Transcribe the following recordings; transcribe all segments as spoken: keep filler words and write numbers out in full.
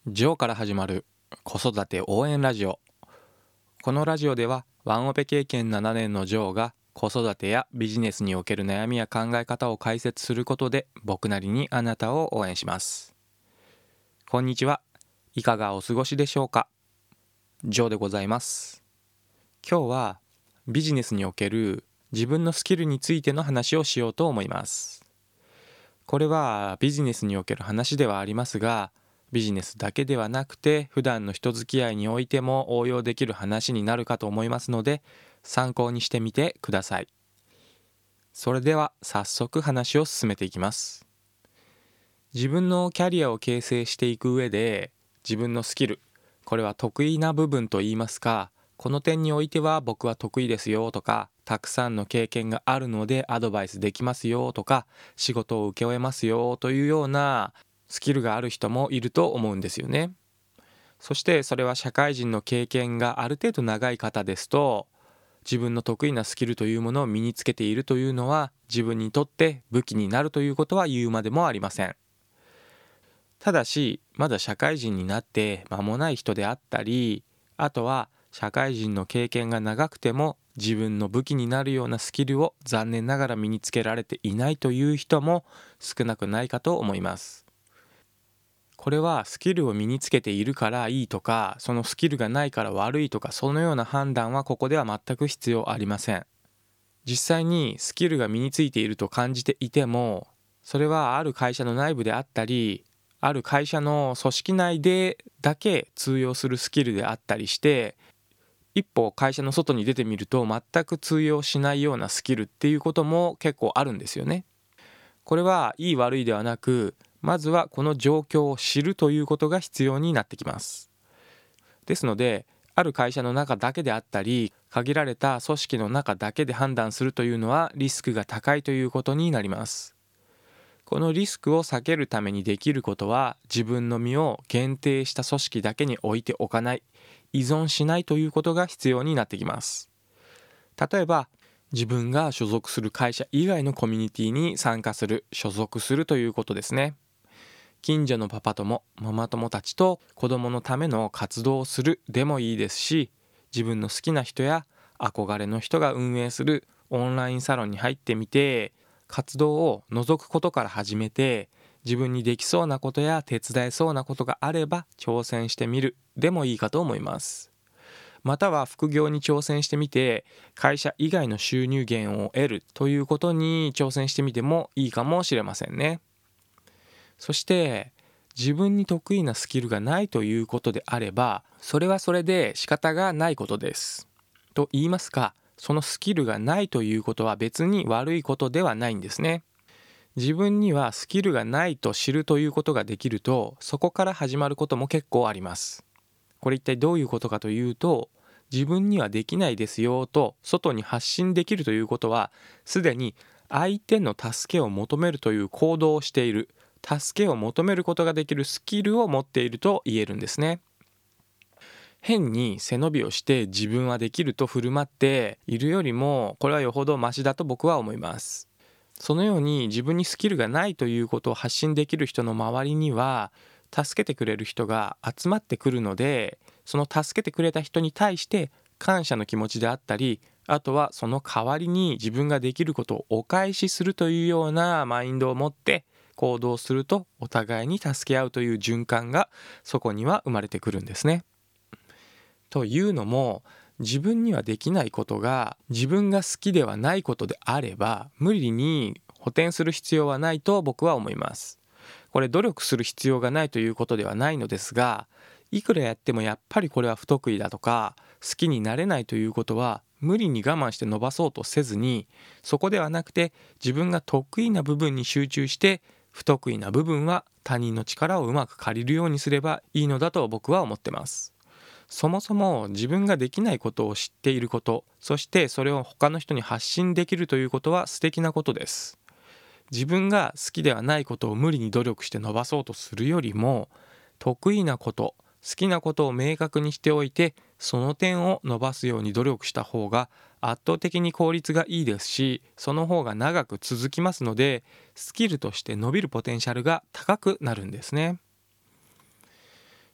ジョーから始まる子育て応援ラジオ。このラジオではワンオペ経験ななねんのジョーが子育てやビジネスにおける悩みや考え方を解説することで僕なりにあなたを応援します。こんにちは。いかがお過ごしでしょうか。ジョーでございます。今日はビジネスにおける自分のスキルについての話をしようと思います。これはビジネスにおける話ではありますが、ビジネスだけではなくて普段の人付き合いにおいても応用できる話になるかと思いますので、参考にしてみてください。それでは早速話を進めていきます。自分のキャリアを形成していく上で、自分のスキル、これは得意な部分といいますか、この点においては僕は得意ですよとか、たくさんの経験があるのでアドバイスできますよとか、仕事を請け負えますよというようなスキルがある人もいると思うんですよね。そしてそれは社会人の経験がある程度長い方ですと、自分の得意なスキルというものを身につけているというのは自分にとって武器になるということは言うまでもありません。ただし、まだ社会人になって間もない人であったり、あとは社会人の経験が長くても自分の武器になるようなスキルを残念ながら身につけられていないという人も少なくないかと思います。これはスキルを身につけているからいいとか、そのスキルがないから悪いとか、そのような判断はここでは全く必要ありません。実際にスキルが身についていると感じていても、それはある会社の内部であったり、ある会社の組織内でだけ通用するスキルであったりして、一歩会社の外に出てみると全く通用しないようなスキルっていうことも結構あるんですよね。これはいい悪いではなく、まずはこの状況を知るということが必要になってきます。ですので、ある会社の中だけであったり、限られた組織の中だけで判断するというのはリスクが高いということになります。このリスクを避けるためにできることは、自分の身を限定した組織だけに置いておかない、依存しないということが必要になってきます。例えば、自分が所属する会社以外のコミュニティに参加する、所属するということですね。近所のパパ友、ママ友たちと子供のための活動をするでもいいですし、自分の好きな人や憧れの人が運営するオンラインサロンに入ってみて、活動を覗くことから始めて、自分にできそうなことや手伝えそうなことがあれば挑戦してみるでもいいかと思います。または副業に挑戦してみて、会社以外の収入源を得るということに挑戦してみてもいいかもしれませんね。そして自分に得意なスキルがないということであれば、それはそれで仕方がないことです。と言いますか、そのスキルがないということは別に悪いことではないんですね。自分にはスキルがないと知るということができると、そこから始まることも結構あります。これ一体どういうことかというと、自分にはできないですよと外に発信できるということは、すでに相手の助けを求めるという行動をしている、助けを求めることができるスキルを持っていると言えるんですね。変に背伸びをして自分はできると振る舞っているよりも、これはよほどマシだと僕は思います。そのように自分にスキルがないということを発信できる人の周りには、助けてくれる人が集まってくるので、その助けてくれた人に対して感謝の気持ちであったり、あとはその代わりに自分ができることをお返しするというようなマインドを持って行動すると、お互いに助け合うという循環がそこには生まれてくるんですね。というのも、自分にはできないことが自分が好きではないことであれば、無理に補填する必要はないと僕は思います。これ努力する必要がないということではないのですが、いくらやってもやっぱりこれは不得意だとか好きになれないということは、無理に我慢して伸ばそうとせずに、そこではなくて自分が得意な部分に集中して、不得意な部分は他人の力をうまく借りるようにすればいいのだと僕は思ってます。そもそも自分ができないことを知っていること、そしてそれを他の人に発信できるということは素敵なことです。自分が好きではないことを無理に努力して伸ばそうとするよりも、得意なこと、好きなことを明確にしておいて、その点を伸ばすように努力した方が圧倒的に効率がいいですし、その方が長く続きますので、スキルとして伸びるポテンシャルが高くなるんですね。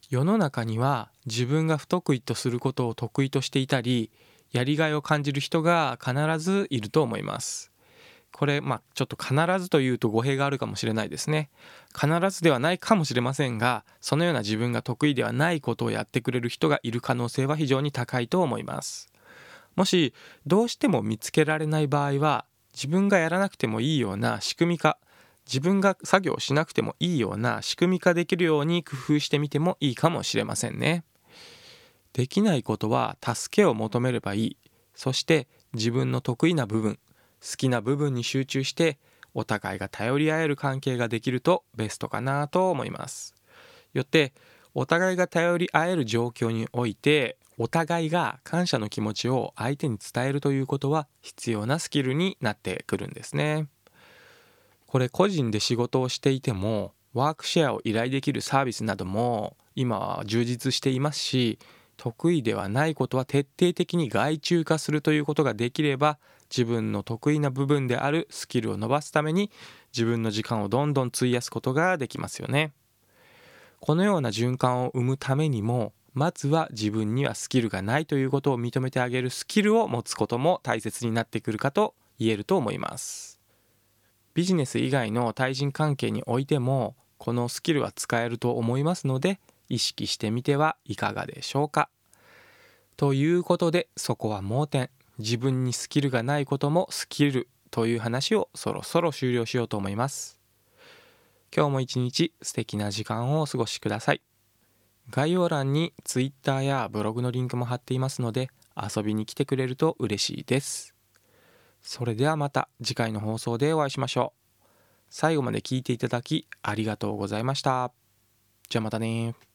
世の中には自分が不得意とすることを得意としていたり、やりがいを感じる人が必ずいると思います。これ、まあちょっと必ずというと語弊があるかもしれないですね。必ずではないかもしれませんが、そのような自分が得意ではないことをやってくれる人がいる可能性は非常に高いと思います。もしどうしても見つけられない場合は、自分がやらなくてもいいような仕組み化、自分が作業しなくてもいいような仕組み化できるように工夫してみてもいいかもしれませんね。できないことは助けを求めればいい。そして自分の得意な部分、好きな部分に集中してお互いが頼り合える関係ができるとベストかなと思います。よってお互いが頼り合える状況において、お互いが感謝の気持ちを相手に伝えるということは必要なスキルになってくるんですね。これ個人で仕事をしていてもワークシェアを依頼できるサービスなども今は充実していますし、得意ではないことは徹底的に外注化するということができれば、自分の得意な部分であるスキルを伸ばすために自分の時間をどんどん費やすことができますよね。このような循環を生むためにも、まずは自分にはスキルがないということを認めてあげるスキルを持つことも大切になってくるかと言えると思います。ビジネス以外の対人関係においてもこのスキルは使えると思いますので、意識してみてはいかがでしょうか。ということで、そこは盲点、自分にスキルがないこともスキルという話をそろそろ終了しようと思います。今日も一日素敵な時間をお過ごしください。概要欄に Twitter やブログのリンクも貼っていますので、遊びに来てくれると嬉しいです。それではまた次回の放送でお会いしましょう。最後まで聞いていただきありがとうございました。じゃあまたね。